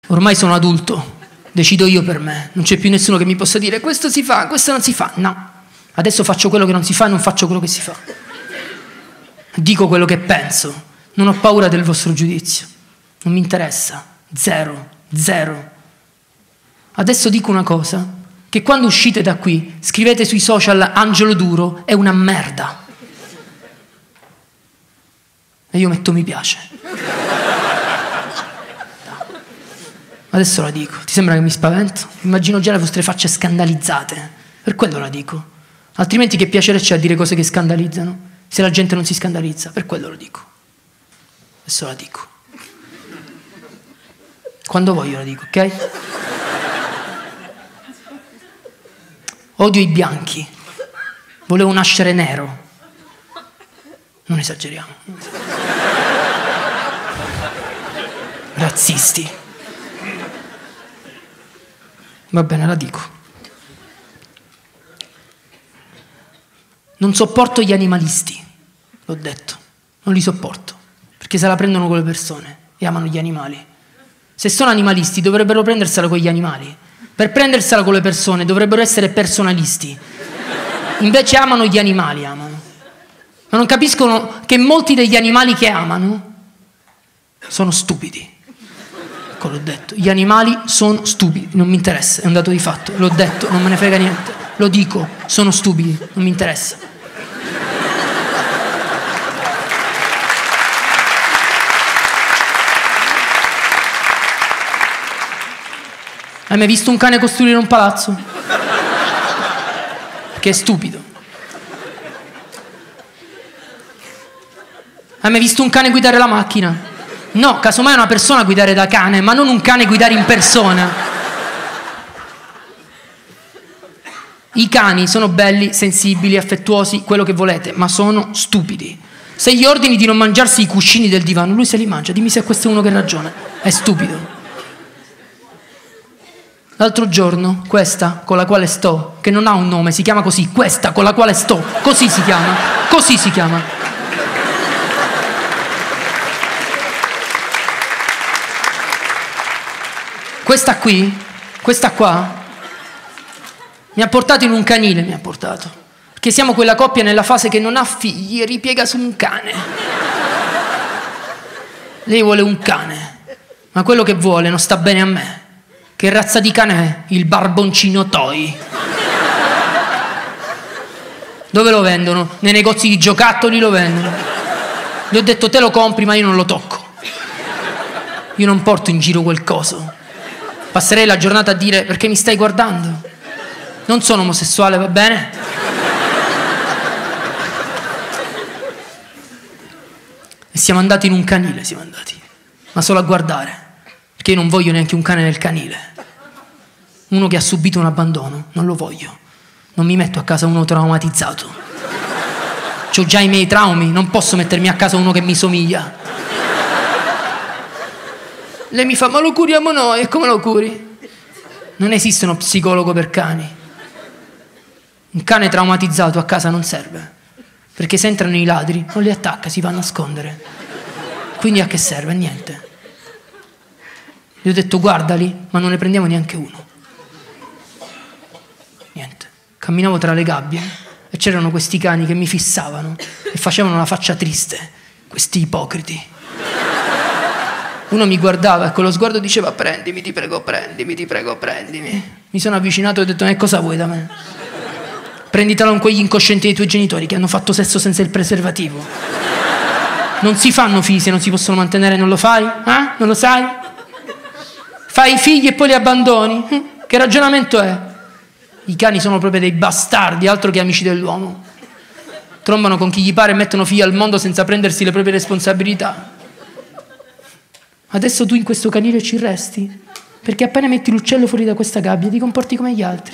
Ormai sono adulto, decido io per me, non c'è più nessuno che mi possa dire questo si fa, questo non si fa, no. Adesso faccio quello che non si fa e non faccio quello che si fa. Dico quello che penso, non ho paura del vostro giudizio, non mi interessa, zero. Adesso dico una cosa, che quando uscite da qui scrivete sui social Angelo Duro è una merda. E io metto mi piace. Adesso la dico, ti sembra che mi spavento? Immagino già le vostre facce scandalizzate, per quello la dico. Altrimenti che piacere c'è a dire cose che scandalizzano, se la gente non si scandalizza, per quello lo dico. Adesso la dico. Quando voglio la dico, ok? Odio i bianchi, volevo nascere nero. Non esageriamo. Razzisti. Va bene, la dico. Non sopporto gli animalisti, l'ho detto, non li sopporto, perché se la prendono con le persone e amano gli animali. Se sono animalisti dovrebbero prendersela con gli animali, per prendersela con le persone dovrebbero essere personalisti, invece amano gli animali, amano. Ma non capiscono che molti degli animali che amano sono stupidi. Ecco, l'ho detto, gli animali sono stupidi, non mi interessa, è un dato di fatto, l'ho detto, non me ne frega niente, lo dico, sono stupidi, non mi interessa. Hai mai visto un cane costruire un palazzo? Che è stupido. Hai mai visto un cane guidare la macchina? No, casomai una persona guidare da cane, ma non un cane guidare in persona. I cani sono belli, sensibili, affettuosi, quello che volete, ma sono stupidi. Se gli ordini di non mangiarsi i cuscini del divano, lui se li mangia. Dimmi se questo è uno che ragiona. È stupido. L'altro giorno, questa con la quale sto, che non ha un nome, si chiama così, questa con la quale sto, così si chiama, così si chiama. Questa qui, questa qua, mi ha portato in un canile, mi ha portato, perché siamo quella coppia nella fase che non ha figli e ripiega su un cane. Lei vuole un cane, ma quello che vuole non sta bene a me. Che razza di cane è? Il barboncino toy. Dove lo vendono? Nei negozi di giocattoli lo vendono. Gli ho detto te lo compri ma io non lo tocco. Io non porto in giro quel coso. Passerei la giornata a dire perché mi stai guardando? Non sono omosessuale, va bene? E siamo andati in un canile, siamo andati. Ma solo a guardare. Perché io non voglio neanche un cane nel canile. Uno che ha subito un abbandono, non lo voglio. Non mi metto a casa uno traumatizzato. C'ho già i miei traumi, non posso mettermi a casa uno che mi somiglia. Lei mi fa, ma lo curiamo noi, e come lo curi? Non esiste uno psicologo per cani. Un cane traumatizzato a casa non serve. Perché se entrano i ladri, non li attacca, si va a nascondere. Quindi a che serve? Niente. Gli ho detto guardali, ma non ne prendiamo neanche uno. Niente. Camminavo tra le gabbie e c'erano questi cani che mi fissavano e facevano la faccia triste, questi ipocriti. Uno mi guardava e con lo sguardo diceva prendimi, ti prego, prendimi. Mi sono avvicinato e ho detto e cosa vuoi da me? Prenditelo con quegli incoscienti dei tuoi genitori che hanno fatto sesso senza il preservativo. Non si fanno figli se non si possono mantenere, non lo fai? Non lo sai? Fai i figli e poi li abbandoni? Che ragionamento è? I cani sono proprio dei bastardi, altro che amici dell'uomo. Trombano con chi gli pare e mettono figli al mondo senza prendersi le proprie responsabilità. Adesso tu in questo canile ci resti? Perché appena metti l'uccello fuori da questa gabbia ti comporti come gli altri.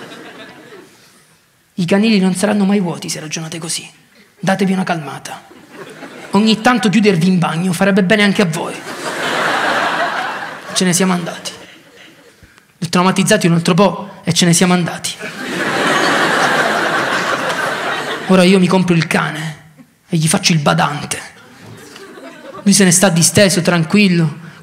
I canili non saranno mai vuoti se ragionate così. Datevi una calmata. Ogni tanto chiudervi in bagno farebbe bene anche a voi. Ce ne siamo andati. Traumatizzati un altro po' e ce ne siamo andati. Ora io mi compro il cane e gli faccio il badante. Lui se ne sta disteso, tranquillo,